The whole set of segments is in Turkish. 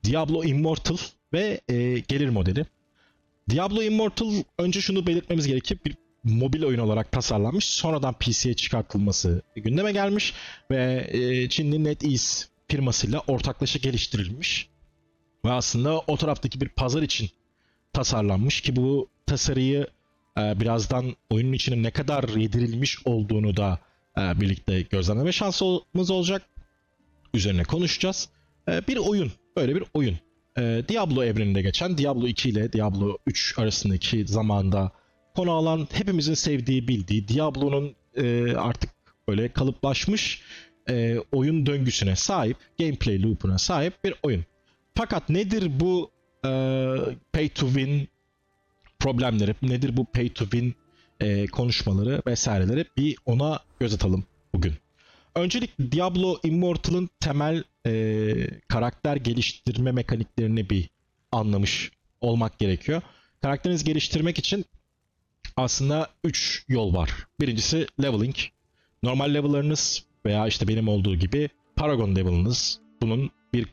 Diablo Immortal ve gelir modeli. Diablo Immortal, önce şunu belirtmemiz gerekir. Bir mobil oyun olarak tasarlanmış. Sonradan PC'ye çıkartılması gündeme gelmiş. Ve Çinli NetEase firmasıyla ortaklaşa geliştirilmiş. Ve aslında o taraftaki bir pazar için tasarlanmış ki bu tasarıyı birazdan oyunun içine ne kadar yedirilmiş olduğunu da birlikte gözlemleme şansımız olacak. Üzerine konuşacağız. Bir oyun, böyle bir oyun. Diablo evreninde geçen, Diablo 2 ile Diablo 3 arasındaki zamanda konu alan, hepimizin sevdiği, bildiği, Diablo'nun artık böyle kalıplaşmış oyun döngüsüne sahip, gameplay loop'una sahip bir oyun. Fakat nedir bu pay to win problemleri, nedir bu pay to win konuşmaları vesaireleri, bir ona göz atalım bugün. Öncelikle Diablo Immortal'ın temel karakter geliştirme mekaniklerini bir anlamış olmak gerekiyor. Karakterinizi geliştirmek için aslında 3 yol var. Birincisi leveling. Normal level'larınız veya işte benim olduğu gibi Paragon level'ınız bunun bir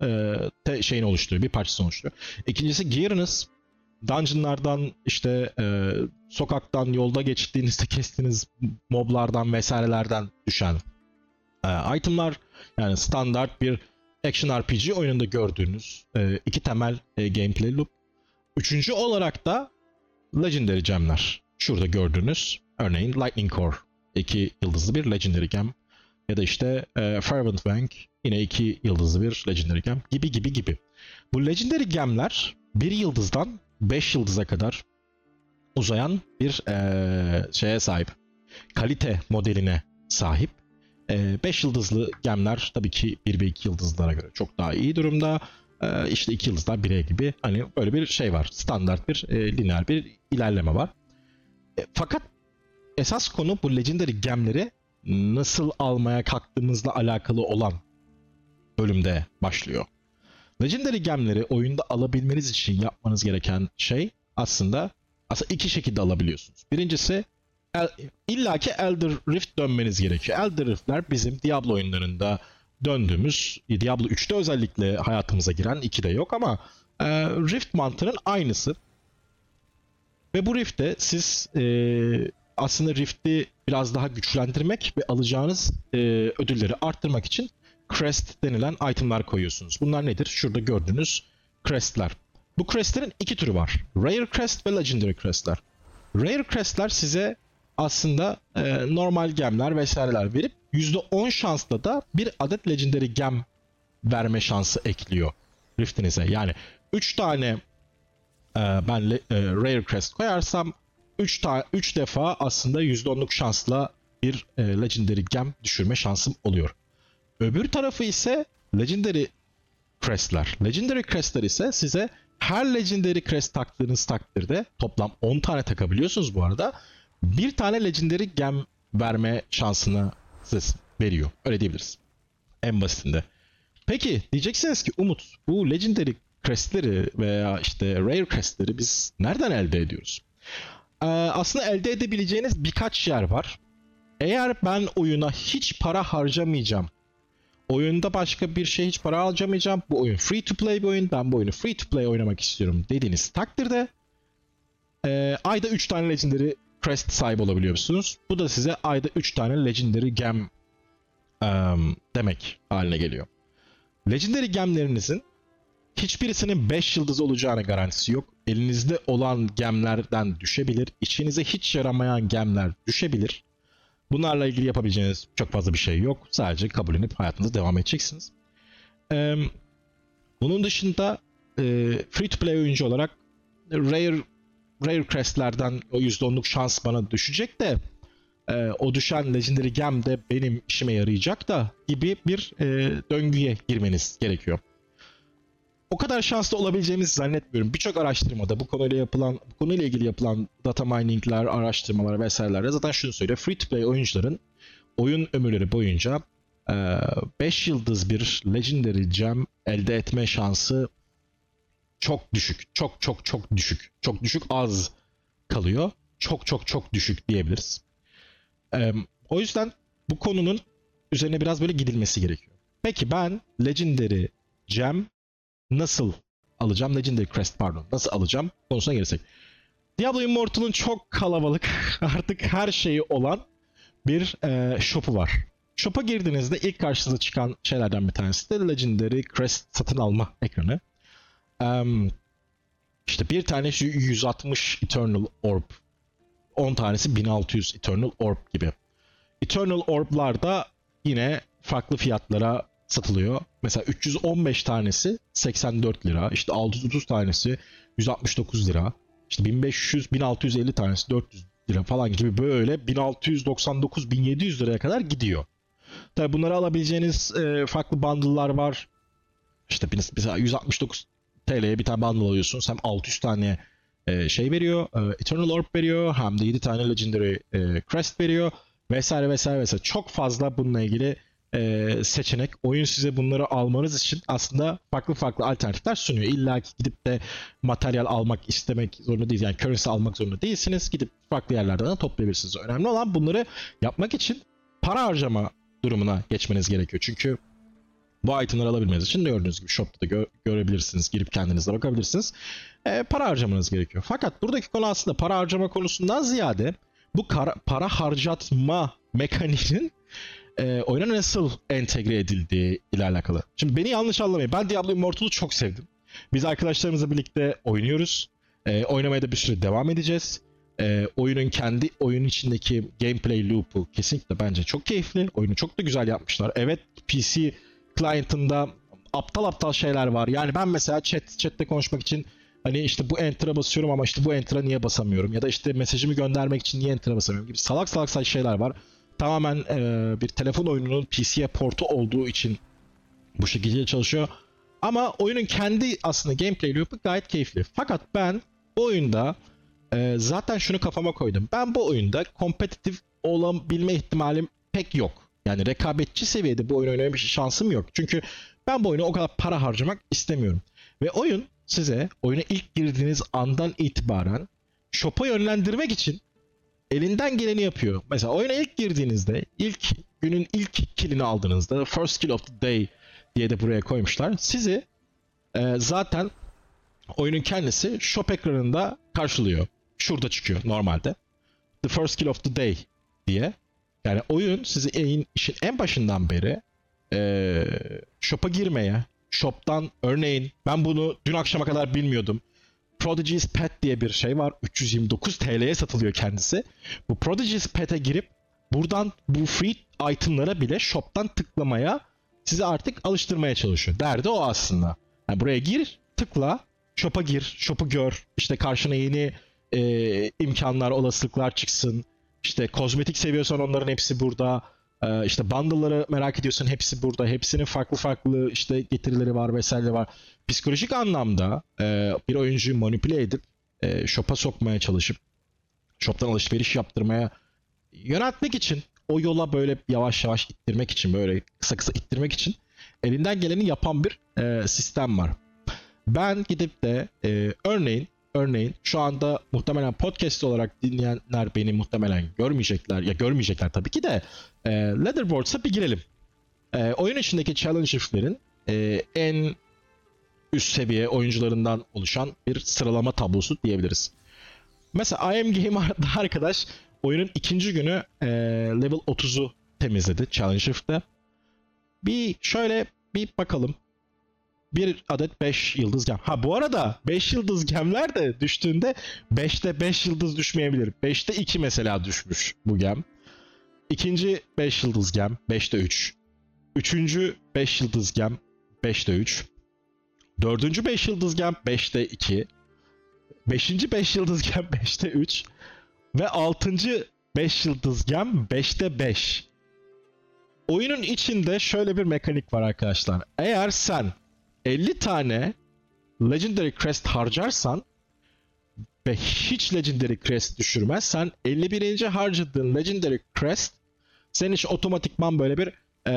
şeyini oluşturuyor, bir parçasını oluşturuyor. İkincisi gear'ınız. Dungeon'lardan, işte sokaktan, yolda geçtiğinizde kestiğiniz moblardan vesairelerden düşen itemlar, yani standart bir action RPG oyununda gördüğünüz iki temel gameplay loop. Üçüncü olarak da Legendary Gem'ler. Şurada gördüğünüz örneğin Lightning Core 2 yıldızlı bir Legendary Gem ya da işte Fervent Fang yine 2 yıldızlı bir Legendary Gem gibi gibi gibi. Bu Legendary Gem'ler 1 yıldızdan 5 yıldıza kadar uzayan bir şeye sahip. Kalite modeline sahip. 5 yıldızlı gemler tabii ki 1 ve 2 yıldızlara göre çok daha iyi durumda. İşte 2 yıldızlar 1'e gibi, hani böyle bir şey var. Standart bir lineer bir ilerleme var. Fakat esas konu bu Legendary gemleri nasıl almaya kalktığımızla alakalı olan bölümde başlıyor. Legendary gemleri oyunda alabilmeniz için yapmanız gereken şey aslında iki şekilde alabiliyorsunuz. Birincisi illaki Elder Rift dönmeniz gerekiyor. Elder Rift'ler bizim Diablo oyunlarında döndüğümüz, Diablo 3'te özellikle hayatımıza giren, 2'de yok ama Rift mantığının aynısı. Ve bu Rift'te siz aslında Rift'i biraz daha güçlendirmek ve alacağınız ödülleri arttırmak için Crest denilen itemlar koyuyorsunuz. Bunlar nedir? Şurada gördüğünüz Crest'ler. Bu Crest'lerin iki türü var. Rare Crest ve Legendary Crest'ler. Rare Crest'ler size aslında normal gemler vesaireler verip %10 şansla da bir adet Legendary Gem verme şansı ekliyor Rift'inize. Yani 3 tane ben Rare Crest koyarsam 3 defa aslında %10'luk şansla bir Legendary Gem düşürme şansım oluyor. Öbür tarafı ise Legendary Crest'ler. Legendary Crest'ler ise size her Legendary Crest taktığınız takdirde, toplam 10 tane takabiliyorsunuz bu arada, bir tane Legendary Gem verme şansını size veriyor. Öyle diyebiliriz. En basitinde. Peki diyeceksiniz ki Umut, bu Legendary Crest'leri veya işte Rare Crest'leri biz nereden elde ediyoruz? Aslında elde edebileceğiniz birkaç yer var. Eğer ben oyuna hiç para harcamayacağım, oyunda başka bir şey hiç para harcamayacağım, bu oyun free to play bir oyun, ben bu oyunu free to play oynamak istiyorum dediğiniz takdirde ayda 3 tane Legendary Crest sahibi olabiliyorsunuz. Bu da size ayda 3 tane Legendary Gem demek haline geliyor. Legendary Gemlerinizin hiçbirisinin 5 yıldız olacağına garantisi yok. Elinizde olan gemlerden düşebilir. İçinize hiç yaramayan gemler düşebilir. Bunlarla ilgili yapabileceğiniz çok fazla bir şey yok. Sadece kabullenip hayatınıza devam edeceksiniz. Bunun dışında free to play oyuncu olarak Rare Crest'lerden o %10'luk şans bana düşecek de o düşen Legendary Gem de benim işime yarayacak da gibi bir döngüye girmeniz gerekiyor. O kadar şanslı olabileceğimizi zannetmiyorum. Birçok araştırmada bu konuyla ilgili yapılan data mining'ler, araştırmalar vesaireler zaten şunu söylüyor. Free to play oyuncuların oyun ömürleri boyunca 5 yıldız bir Legendary Gem elde etme şansı çok düşük. Çok düşük. Çok düşük, az kalıyor. Çok düşük diyebiliriz. O yüzden bu konunun üzerine biraz böyle gidilmesi gerekiyor. Peki ben Legendary Gem nasıl alacağım? Legendary Crest pardon. Nasıl alacağım konusuna gelirsek. Diablo Immortal'ın çok kalabalık artık her şeyi olan bir shop'u var. Shop'a girdiğinizde ilk karşınıza çıkan şeylerden bir tanesi de Legendary Crest satın alma ekranı. İşte bir tane şu 160 Eternal Orb, 10 tanesi 1600 Eternal Orb gibi. Eternal Orb'lar da yine farklı fiyatlara satılıyor. Mesela 315 tanesi 84 lira, işte 630 tanesi 169 lira, işte 1500, 1650 tanesi 400 lira falan gibi böyle 1699-1700 liraya kadar gidiyor. Tabi bunları alabileceğiniz farklı bundle'lar var. İşte mesela 169 TL'ye bir tane bundle alıyorsunuz. Hem 600 tane şey veriyor, Eternal Orb veriyor, hem de 7 tane Legendary Crest veriyor vesaire vesaire vesaire. Çok fazla bununla ilgili seçenek. Oyun size bunları almanız için aslında farklı farklı alternatifler sunuyor. İlla ki gidip de materyal almak istemek zorunda değil. Yani currency almak zorunda değilsiniz. Gidip farklı yerlerden de toplayabilirsiniz. Önemli olan bunları yapmak için para harcama durumuna geçmeniz gerekiyor. Çünkü bu itemleri alabilmeniz için gördüğünüz gibi shop'ta da görebilirsiniz. Girip kendiniz de bakabilirsiniz. Para harcamanız gerekiyor. Fakat buradaki konu aslında para harcama konusundan ziyade bu para harcatma mekaniğinin oyuna nasıl entegre edildiği ile alakalı. Şimdi beni yanlış anlamayın. Ben Diablo Immortal'u çok sevdim. Biz arkadaşlarımızla birlikte oynuyoruz. Oynamaya da bir süre devam edeceğiz. Oyunun kendi oyun içindeki gameplay loop'u kesinlikle bence çok keyifli. Oyunu çok da güzel yapmışlar. Evet, PC client'ında aptal aptal şeyler var. Yani ben mesela chat'te konuşmak için hani işte bu enter'a basıyorum ama işte bu enter'a niye basamıyorum? Ya da işte mesajımı göndermek için niye enter'a basamıyorum gibi salak salak şeyler var. Tamamen bir telefon oyununun PC'ye portu olduğu için bu şekilde çalışıyor. Ama oyunun kendi aslında gameplay loop'u gayet keyifli. Fakat ben bu oyunda zaten şunu kafama koydum. Ben bu oyunda kompetitif olabilme ihtimalim pek yok. Yani rekabetçi seviyede bu oyunu oynamaya bir şansım yok. Çünkü ben bu oyuna o kadar para harcamak istemiyorum. Ve oyun size oyuna ilk girdiğiniz andan itibaren shop'a yönlendirmek için elinden geleni yapıyor. Mesela oyuna ilk girdiğinizde, ilk günün ilk killini aldığınızda, first kill of the day diye de buraya koymuşlar. Sizi zaten oyunun kendisi shop ekranında karşılıyor. Şurada çıkıyor normalde. The first kill of the day diye. Yani oyun sizi işin en başından beri shop'a girmeye, shop'tan örneğin ben bunu dün akşama kadar bilmiyordum. Prodigy's Pet diye bir şey var. 329 TL'ye satılıyor kendisi. Bu Prodigy's Pet'e girip buradan bu free itemlara bile shop'tan tıklamaya sizi artık alıştırmaya çalışıyor. Derdi o aslında. Yani buraya gir, tıkla, shop'a gir, shop'u gör. İşte karşına yeni imkanlar, olasılıklar çıksın. İşte kozmetik seviyorsan onların hepsi burada. İşte bundle'ları merak ediyorsan hepsi burada. Hepsinin farklı farklı işte getirileri var vesaire var. Psikolojik anlamda bir oyuncuyu manipüle edip shop'a sokmaya çalışıp shop'tan alışveriş yaptırmaya yöneltmek için, o yola böyle yavaş yavaş ittirmek için, böyle kısa kısa ittirmek için elinden geleni yapan bir sistem var. Ben gidip de örneğin şu anda muhtemelen podcast olarak dinleyenler beni muhtemelen görmeyecekler. Ya görmeyecekler tabii ki de Leaderboards'a bir girelim. Oyun içindeki challenger'ların en üst seviye oyuncularından oluşan bir sıralama tablosu diyebiliriz. Mesela I Am Gamer'da arkadaş oyunun ikinci günü level 30'u temizledi Challenger'da. Bir şöyle bir bakalım. Bir adet 5 yıldız gem. Ha bu arada 5 yıldız gemler de düştüğünde 5'te 5 yıldız düşmeyebilir. 5'te 2 mesela düşmüş bu gem. İkinci 5 yıldız gem 5'te 3. Üçüncü 5 yıldız gem 5'te 3. Dördüncü 5 yıldız gem 5'te 2. Beşinci 5 yıldız gem 5'te 3. Ve altıncı 5 yıldız gem 5'te 5. Oyunun içinde şöyle bir mekanik var arkadaşlar. Eğer sen 50 tane Legendary Crest harcarsan ve hiç Legendary Crest düşürmezsen 51. harcadığın Legendary Crest senin için otomatikman böyle bir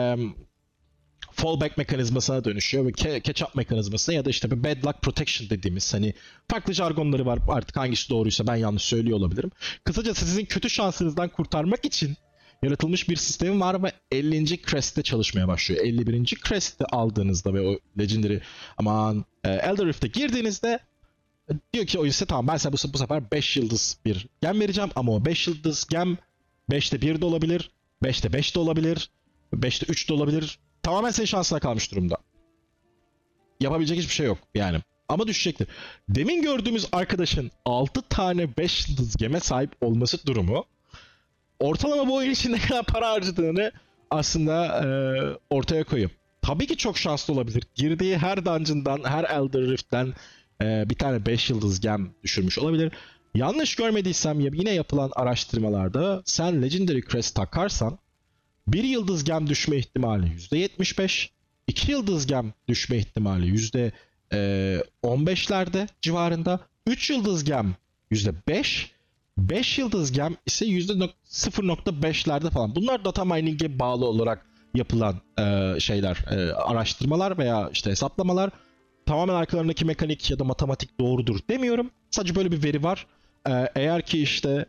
fallback mekanizmasına dönüşüyor ve catch-up mekanizmasına ya da işte bir bad luck protection dediğimiz hani farklı jargonları var, artık hangisi doğruysa ben yanlış söylüyor olabilirim. Kısacası sizin kötü şansınızdan kurtarmak için yaratılmış bir sistemi var ve 50. Crest'te çalışmaya başlıyor. 51. Crest'te aldığınızda ve o Legendary Elder Rift'e girdiğinizde diyor ki oyun size tamam ben size bu sefer 5 yıldız bir gem vereceğim ama o 5 yıldız gem 5'te 1 de olabilir, 5'te 5 de olabilir, 5'te 3 de olabilir. Tamamen senin şansına kalmış durumda. Yapabilecek hiçbir şey yok yani. Ama düşecektir. Demin gördüğümüz arkadaşın 6 tane 5 yıldız geme sahip olması durumu ortalama bu oyun için ne kadar para harcadığını aslında ortaya koyuyor. Tabii ki çok şanslı olabilir. Girdiği her dungeon'dan, her Elder Rift'ten bir tane 5 yıldız gem düşürmüş olabilir. Yanlış görmediysem yine yapılan araştırmalarda sen Legendary Crest takarsan 1 yıldız gem düşme ihtimali %75, 2 yıldız gem düşme ihtimali %15'lerde civarında, 3 yıldız gem %5, 5 yıldız gem ise %0.5'lerde falan. Bunlar data mining'e bağlı olarak yapılan araştırmalar veya işte hesaplamalar. Tamamen arkalarındaki mekanik ya da matematik doğrudur demiyorum. Sadece böyle bir veri var. Eğer ki işte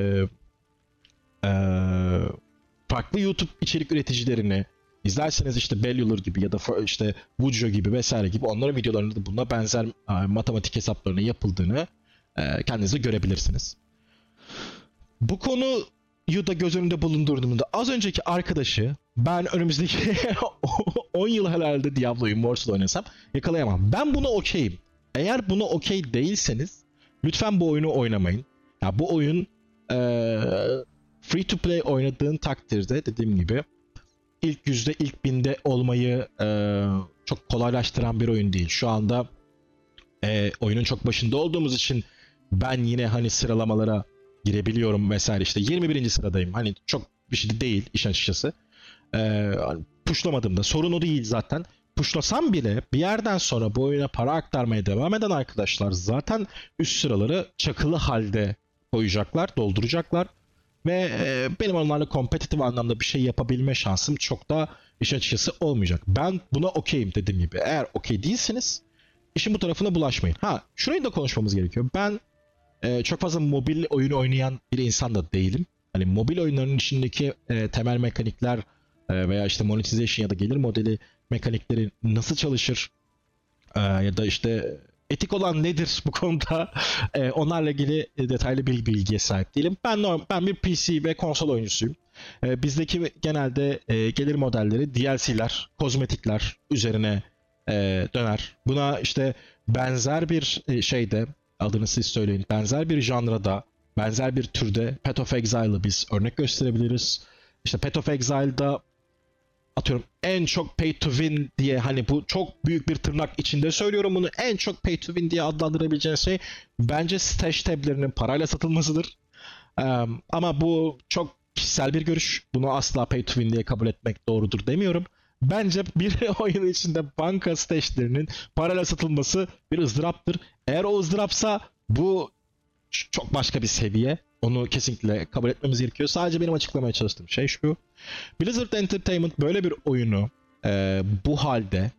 farklı YouTube içerik üreticilerini izlerseniz işte Bellular gibi ya da işte Bujo gibi vesaire gibi onların videolarında da buna benzer matematik hesaplarının yapıldığını kendinize görebilirsiniz. Bu konuyu da göz önünde bulundurduğumda az önceki arkadaşı ben önümüzdeki 10 yıl herhalde Diablo Immortal oynasam yakalayamam. Ben buna okeyim. Eğer buna okey değilseniz lütfen bu oyunu oynamayın. Ya bu oyun free to play oynadığın takdirde dediğim gibi ilk yüzde ilk binde olmayı çok kolaylaştıran bir oyun değil. Şu anda oyunun çok başında olduğumuz için ben yine hani sıralamalara girebiliyorum vesaire işte 21. sıradayım. Hani çok bir şey değil işin açıkçası. Pushlamadığımda sorun o değil zaten. Puşlasam bile bir yerden sonra bu oyuna para aktarmaya devam eden arkadaşlar zaten üst sıraları çakılı halde koyacaklar, dolduracaklar. Ve benim onlarla kompetitif anlamda bir şey yapabilme şansım çok da işin açıkçası olmayacak. Ben buna okeyim dediğim gibi. Eğer okey değilseniz işin bu tarafına bulaşmayın. Şurayı da konuşmamız gerekiyor. Ben çok fazla mobil oyun oynayan bir insan da değilim. Hani mobil oyunların içindeki temel mekanikler veya işte monetization ya da gelir modeli mekanikleri nasıl çalışır ya da işte etik olan nedir bu konuda onlarla ilgili detaylı bir bilgiye sahip değilim. Ben bir PC ve konsol oyuncusuyum. Bizdeki genelde gelir modelleri DLC'ler, kozmetikler üzerine döner. Buna işte benzer bir şeyde adını siz söyleyin. Benzer bir janrada, benzer bir türde Path of Exile'ı biz örnek gösterebiliriz. İşte Path of Exile'da atıyorum en çok pay to win diye hani bu çok büyük bir tırnak içinde söylüyorum bunu en çok pay to win diye adlandırabileceğiniz şey bence stash tab'lerinin parayla satılmasıdır. Ama bu çok kişisel bir görüş. Bunu asla pay to win diye kabul etmek doğrudur demiyorum. Bence bir oyun içinde banka stash'lerinin parayla satılması bir ızdıraptır. Eğer o ızdırapsa bu çok başka bir seviye. Onu kesinlikle kabul etmemiz gerekiyor. Sadece benim açıklamaya çalıştığım şey şu. Blizzard Entertainment böyle bir oyunu bu halde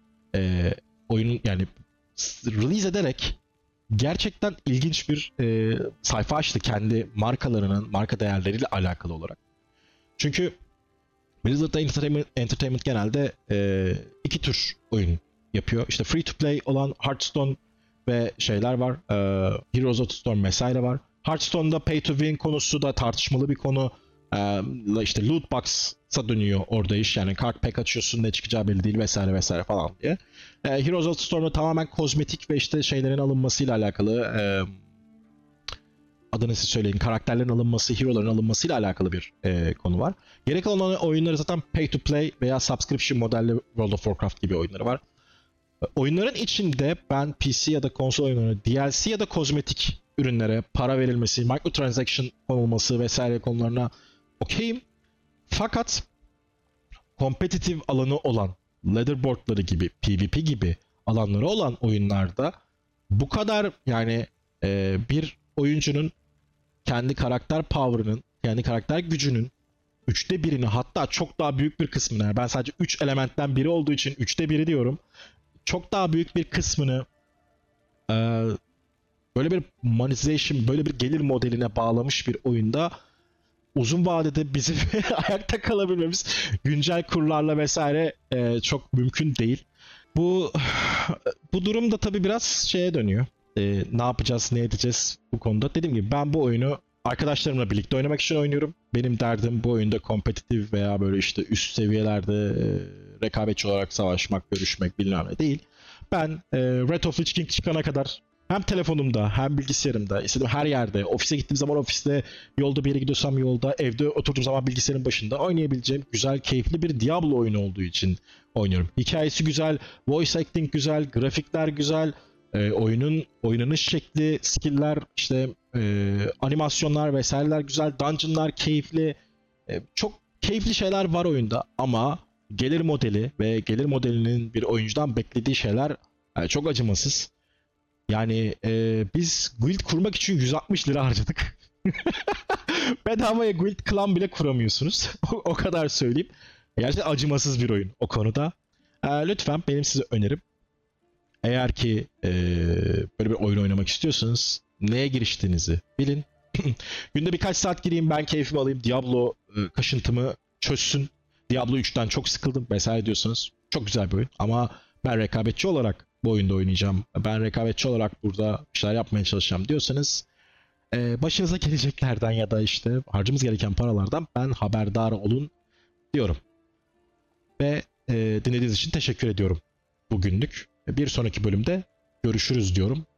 oyunun yani release ederek gerçekten ilginç bir sayfa açtı kendi markalarının marka değerleriyle alakalı olarak. Çünkü Blizzard Entertainment genelde iki tür oyun yapıyor. İşte free to play olan Hearthstone ve şeyler var. Heroes of the Storm vesaire var. Hearthstone'da pay to win konusu da tartışmalı bir konu. İşte loot box'a dönüyor orada iş. Yani kart pack açıyorsun ne çıkacağı belli değil vesaire vesaire falan diye. Heroes of the Storm'da tamamen kozmetik ve işte şeylerin alınmasıyla alakalı adını siz söyleyin. Karakterlerin alınması, hero'ların alınmasıyla alakalı bir konu var. Gerek olan oyunları zaten pay to play veya subscription modelli World of Warcraft gibi oyunları var. Oyunların içinde ben PC ya da konsol oyunlarına DLC ya da kozmetik ürünlere para verilmesi, microtransaction konulması vesaire konularına okeyim. Fakat kompetitif alanı olan leaderboardları gibi, PvP gibi alanları olan oyunlarda bu kadar yani bir oyuncunun kendi karakter power'ının, kendi karakter gücünün 1/3'ünü hatta çok daha büyük bir kısmını, yani ben sadece 3 elementten biri olduğu için 1/3 diyorum. Çok daha büyük bir kısmını böyle bir monetization, böyle bir gelir modeline bağlamış bir oyunda uzun vadede bizim ayakta kalabilmemiz güncel kurlarla vesaire çok mümkün değil. Bu bu durum da tabii biraz şeye dönüyor. Ne yapacağız, ne edeceğiz bu konuda. Dediğim gibi ben bu oyunu arkadaşlarımla birlikte oynamak için oynuyorum. Benim derdim bu oyunda kompetitif veya böyle işte üst seviyelerde rekabetçi olarak savaşmak, görüşmek bilmem ne değil. Ben Red of Lich King çıkana kadar hem telefonumda hem bilgisayarımda istediğim her yerde, ofise gittiğim zaman ofiste, yolda bir yere gidiyorsam yolda, evde oturduğum zaman bilgisayarın başında oynayabileceğim güzel, keyifli bir Diablo oyunu olduğu için oynuyorum. Hikayesi güzel, voice acting güzel, grafikler güzel, oyunun oynanış şekli, skill'ler, işte animasyonlar vesaireler güzel, dungeon'lar keyifli, çok keyifli şeyler var oyunda ama gelir modeli ve gelir modelinin bir oyuncudan beklediği şeyler çok acımasız. Yani biz guild kurmak için 160 lira harcadık. Bedavaya guild clan bile kuramıyorsunuz. O kadar söyleyeyim. Gerçekten acımasız bir oyun o konuda. Lütfen benim size önerim. Eğer ki böyle bir oyun oynamak istiyorsanız neye giriştiğinizi bilin. Günde birkaç saat gireyim ben keyfimi alayım. Diablo kaşıntımı çözsün. Diablo 3'ten çok sıkıldım vesaire diyorsanız çok güzel bir oyun. Ama ben rekabetçi olarak bu oyunda oynayacağım. Ben rekabetçi olarak burada bir şeyler yapmaya çalışacağım diyorsanız başınıza geleceklerden ya da işte harcamamız gereken paralardan ben haberdar olun diyorum. Ve dinlediğiniz için teşekkür ediyorum bugünlük. Bir sonraki bölümde görüşürüz diyorum.